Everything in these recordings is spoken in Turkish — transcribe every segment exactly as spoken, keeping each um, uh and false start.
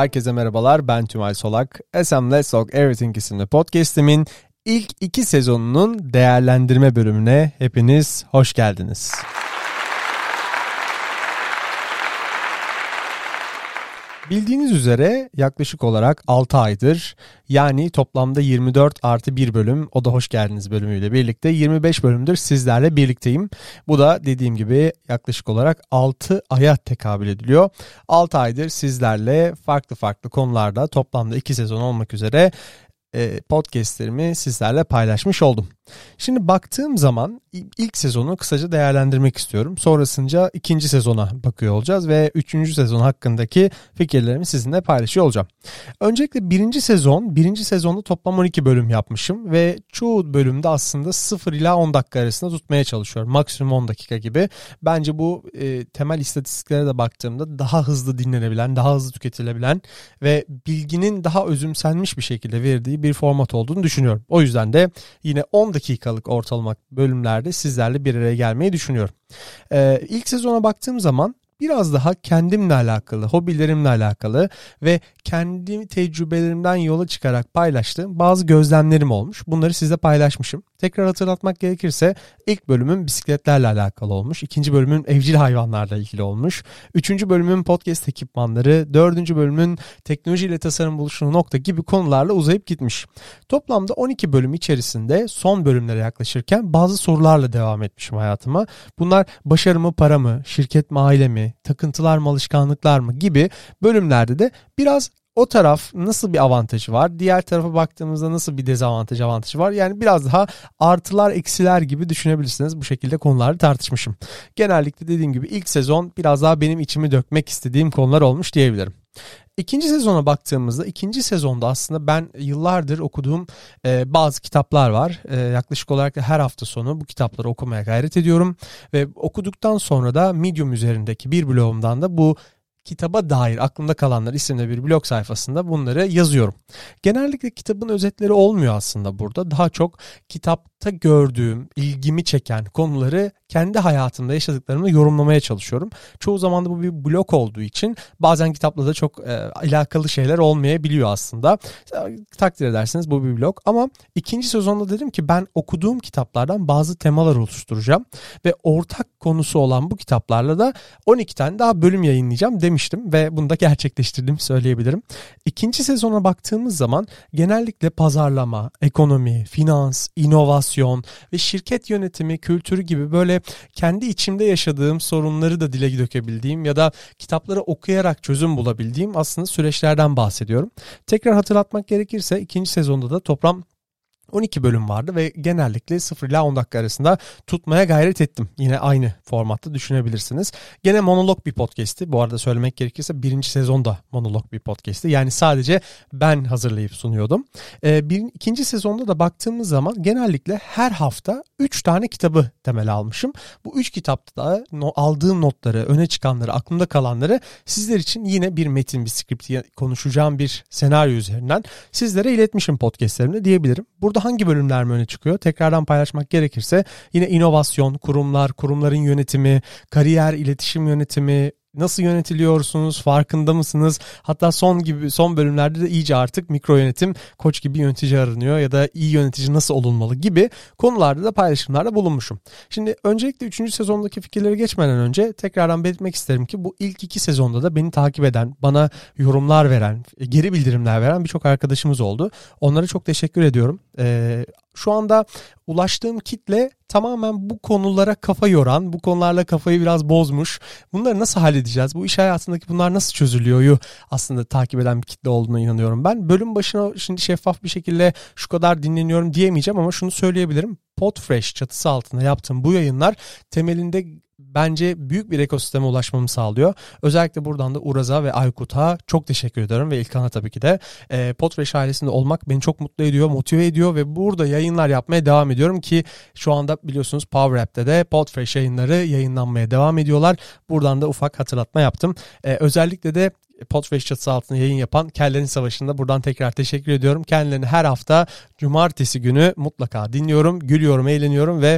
Herkese merhabalar, ben Tümay Solak. S M Let's Talk Everything isimli podcast'imin ilk iki sezonunun değerlendirme bölümüne hepiniz hoş geldiniz. Bildiğiniz üzere yaklaşık olarak altı aydır, yani toplamda yirmi dört artı bir bölüm, o da hoş geldiniz bölümüyle birlikte yirmi beş bölümdür sizlerle birlikteyim. Bu da dediğim gibi yaklaşık olarak altı aya tekabül ediliyor. altı aydır sizlerle farklı farklı konularda toplamda iki sezon olmak üzere podcastlerimi sizlerle paylaşmış oldum. Şimdi baktığım zaman ilk sezonu kısaca değerlendirmek istiyorum. Sonrasında ikinci sezona bakıyor olacağız ve üçüncü sezon hakkındaki fikirlerimi sizinle paylaşıyor olacağım. Öncelikle birinci sezon, birinci sezonda toplam on iki bölüm yapmışım ve çoğu bölümde aslında sıfır ila on dakika arasında tutmaya çalışıyorum. Maksimum on dakika gibi. Bence bu e, temel istatistiklere de baktığımda daha hızlı dinlenebilen, daha hızlı tüketilebilen ve bilginin daha özümsenmiş bir şekilde verdiği bir format olduğunu düşünüyorum. O yüzden de yine on dakikalık ortalama bölümlerde sizlerle bir araya gelmeyi düşünüyorum. Ee, ilk sezona baktığım zaman biraz daha kendimle alakalı, hobilerimle alakalı ve kendi tecrübelerimden yola çıkarak paylaştığım bazı gözlemlerim olmuş. Bunları size paylaşmışım. Tekrar hatırlatmak gerekirse ilk bölümüm bisikletlerle alakalı olmuş. İkinci bölümüm evcil hayvanlarla ilgili olmuş. Üçüncü bölümüm podcast ekipmanları. Dördüncü bölümün teknolojiyle tasarım buluşunu nokta gibi konularla uzayıp gitmiş. Toplamda on iki bölüm içerisinde son bölümlere yaklaşırken bazı sorularla devam etmişim hayatıma. Bunlar başarı mı, para mı, şirket mi, aile mi, takıntılar mı, alışkanlıklar mı gibi bölümlerde de biraz o taraf nasıl bir avantajı var, diğer tarafa baktığımızda nasıl bir dezavantaj avantajı var, yani biraz daha artılar eksiler gibi düşünebilirsiniz. Bu şekilde konuları tartışmışım. Genellikle dediğim gibi ilk sezon biraz daha benim içimi dökmek istediğim konular olmuş diyebilirim. İkinci sezona baktığımızda ikinci sezonda aslında ben yıllardır okuduğum e, bazı kitaplar var. E, yaklaşık olarak her hafta sonu bu kitapları okumaya gayret ediyorum. Ve okuduktan sonra da Medium üzerindeki bir blogumdan da bu kitaba dair aklımda kalanlar isimli bir blog sayfasında bunları yazıyorum. Genellikle kitabın özetleri olmuyor aslında burada. Daha çok kitapta gördüğüm, ilgimi çeken konuları kendi hayatımda yaşadıklarımı yorumlamaya çalışıyorum. Çoğu zaman da bu bir blog olduğu için bazen kitapla da çok e, alakalı şeyler olmayabiliyor aslında. Takdir edersiniz, bu bir blog. Ama ikinci sezonda dedim ki ben okuduğum kitaplardan bazı temalar oluşturacağım ve ortak konusu olan bu kitaplarla da on iki tane daha bölüm yayınlayacağım demiştim ve bunu da gerçekleştirdiğimi söyleyebilirim. İkinci sezona baktığımız zaman genellikle pazarlama, ekonomi, finans, inovasyon ve şirket yönetimi, kültürü gibi böyle kendi içimde yaşadığım sorunları da dile dökebildiğim ya da kitapları okuyarak çözüm bulabildiğim aslında süreçlerden bahsediyorum. Tekrar hatırlatmak gerekirse ikinci sezonda da toplam on iki bölüm vardı ve genellikle sıfır ila on dakika arasında tutmaya gayret ettim. Yine aynı formatta düşünebilirsiniz. Gene monolog bir podcast'ti. Bu arada söylemek gerekirse birinci sezonda monolog bir podcast'ti. Yani sadece ben hazırlayıp sunuyordum. Ee, bir, ikinci sezonda da baktığımız zaman genellikle her hafta üç tane kitabı temel almışım. Bu üç kitapta da no, aldığım notları, öne çıkanları, aklımda kalanları sizler için yine bir metin, bir script, konuşacağım bir senaryo üzerinden sizlere iletmişim podcast'lerimde diyebilirim. Burada hangi bölümler mi öne çıkıyor? Tekrardan paylaşmak gerekirse yine inovasyon, kurumlar, kurumların yönetimi, kariyer, iletişim yönetimi, nasıl yönetiliyorsunuz, farkında mısınız? Hatta son gibi son bölümlerde de iyice artık mikro yönetim, koç gibi yönetici aranıyor ya da iyi yönetici nasıl olunmalı gibi konularda da paylaşımlarda bulunmuşum. Şimdi öncelikle üçüncü sezondaki fikirleri geçmeden önce tekrardan belirtmek isterim ki bu ilk iki sezonda da beni takip eden, bana yorumlar veren, geri bildirimler veren birçok arkadaşımız oldu. Onlara çok teşekkür ediyorum. Ee, şu anda ulaştığım kitle tamamen bu konulara kafa yoran, bu konularla kafayı biraz bozmuş. Bunları nasıl halledeceğiz? Bu iş hayatındaki bunlar nasıl çözülüyor? Aslında takip eden bir kitle olduğuna inanıyorum ben. Bölüm başına şimdi şeffaf bir şekilde şu kadar dinleniyorum diyemeyeceğim ama şunu söyleyebilirim. Podfresh çatısı altında yaptığım bu yayınlar temelinde bence büyük bir ekosisteme ulaşmamı sağlıyor. Özellikle buradan da Uraz'a ve Aykut'a çok teşekkür ederim ve İlkan'a tabii ki de. E, Podfresh ailesinde olmak beni çok mutlu ediyor, motive ediyor ve burada yayınlar yapmaya devam ediyorum ki şu anda biliyorsunuz Power App'te de Podfresh yayınları yayınlanmaya devam ediyorlar. Buradan da ufak hatırlatma yaptım. E, özellikle de Podfresh çatısı altında yayın yapan Kellerin Savaşı'nda buradan tekrar teşekkür ediyorum. Kendilerini her hafta cumartesi günü mutlaka dinliyorum, gülüyorum, eğleniyorum ve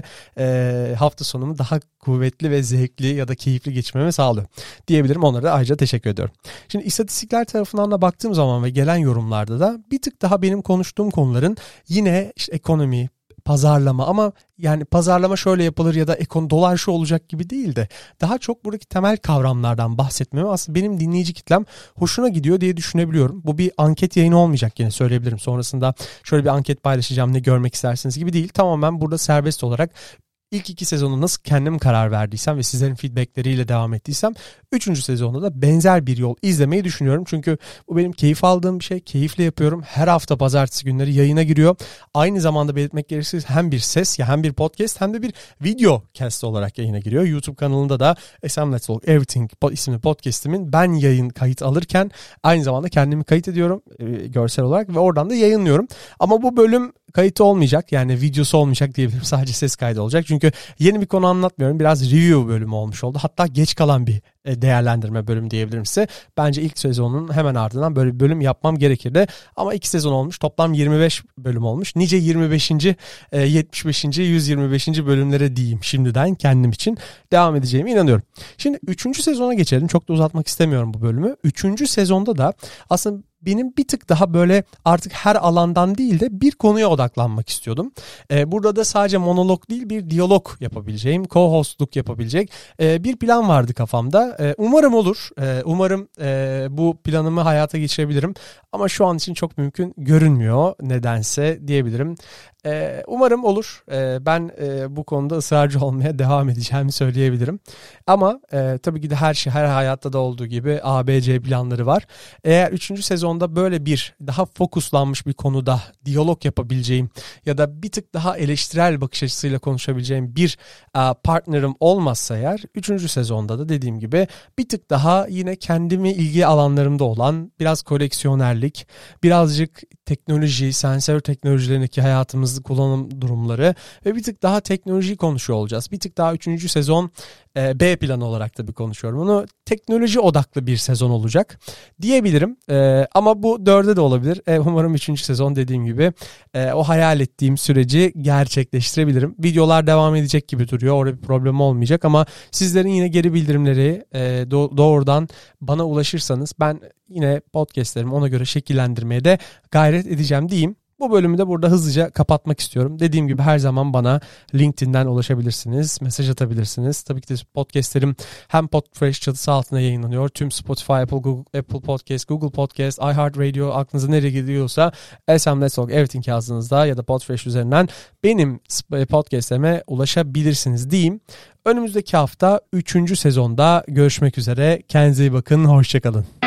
e, hafta sonumu daha kuvvetli ve zevkli ya da keyifli geçmemi sağlıyor diyebilirim. Onlara da ayrıca teşekkür ediyorum. Şimdi istatistikler tarafından da baktığım zaman ve gelen yorumlarda da bir tık daha benim konuştuğum konuların yine işte ekonomi, pazarlama ama yani pazarlama şöyle yapılır ya da ekon dolar şu olacak gibi değil de daha çok buradaki temel kavramlardan bahsetmem aslında benim dinleyici kitlem hoşuna gidiyor diye düşünebiliyorum. Bu bir anket yayını olmayacak, yine söyleyebilirim. Sonrasında şöyle bir anket paylaşacağım, ne görmek istersiniz gibi değil. Tamamen burada serbest olarak İlk iki sezonu nasıl kendim karar verdiysem ve sizlerin feedbackleriyle devam ettiysem üçüncü sezonda da benzer bir yol izlemeyi düşünüyorum. Çünkü bu benim keyif aldığım bir şey. Keyifle yapıyorum. Her hafta pazartesi günleri yayına giriyor. Aynı zamanda belirtmek gerekirse hem bir ses ya hem bir podcast hem de bir video cast olarak yayına giriyor. YouTube kanalında da S M Let's Talk Everything isimli podcastimin ben yayın kayıt alırken aynı zamanda kendimi kayıt ediyorum e, görsel olarak ve oradan da yayınlıyorum. Ama bu bölüm kayıtı olmayacak, yani videosu olmayacak diyebilirim. Sadece ses kaydı olacak. Çünkü yeni bir konu anlatmıyorum. Biraz review bölümü olmuş oldu. Hatta geç kalan bir değerlendirme bölümü diyebilirim size. Bence ilk sezonun hemen ardından böyle bir bölüm yapmam gerekirdi. Ama iki sezon olmuş. Toplam yirmi beş bölüm olmuş. Nice yirmi beşinci yetmiş beşinci yüz yirmi beşinci bölümlere diyeyim şimdiden kendim için devam edeceğime inanıyorum. Şimdi üçüncü sezona geçelim. Çok da uzatmak istemiyorum bu bölümü. üçüncü sezonda da aslında benim bir tık daha böyle artık her alandan değil de bir konuya odaklanmak istiyordum. Ee, burada da sadece monolog değil bir diyalog yapabileceğim, co-hostluk yapabilecek e, bir plan vardı kafamda. E, umarım olur. E, umarım e, bu planımı hayata geçirebilirim. Ama şu an için çok mümkün görünmüyor nedense diyebilirim. Ee, umarım olur. Ee, ben e, bu konuda ısrarcı olmaya devam edeceğimi söyleyebilirim. Ama e, tabii ki de her şey, her hayatta da olduğu gibi A B C planları var. Eğer üçüncü sezonda böyle bir daha fokuslanmış bir konuda diyalog yapabileceğim ya da bir tık daha eleştirel bakış açısıyla konuşabileceğim bir a, partnerim olmazsa eğer üçüncü sezonda da dediğim gibi bir tık daha yine kendimi ilgi alanlarımda olan biraz koleksiyonerlik, birazcık teknoloji, sensör teknolojilerindeki hayatımızda kullanım durumları ve bir tık daha teknolojiyi konuşuyor olacağız. Bir tık daha üçüncü sezon e, B planı olarak da bir konuşuyorum. Onu teknoloji odaklı bir sezon olacak diyebilirim. E, ama bu dörde de olabilir. E, umarım üçüncü sezon dediğim gibi e, o hayal ettiğim süreci gerçekleştirebilirim. Videolar devam edecek gibi duruyor. Orada bir problem olmayacak ama sizlerin yine geri bildirimleri e, do- doğrudan bana ulaşırsanız ben yine podcastlerimi ona göre şekillendirmeye de gayret edeceğim diyeyim. Bu bölümü de burada hızlıca kapatmak istiyorum. Dediğim gibi her zaman bana LinkedIn'den ulaşabilirsiniz, mesaj atabilirsiniz. Tabii ki de podcastlerim hem Podfresh çatısı altında yayınlanıyor. Tüm Spotify, Apple, Google, Apple Podcast, Google Podcast, iHeartRadio, aklınıza nereye gidiyorsa S M Let's Talk Everything yazdığınızda ya da Podfresh üzerinden benim podcastlerime ulaşabilirsiniz diyeyim. Önümüzdeki hafta üçüncü sezonda görüşmek üzere. Kendinize iyi bakın, hoşçakalın.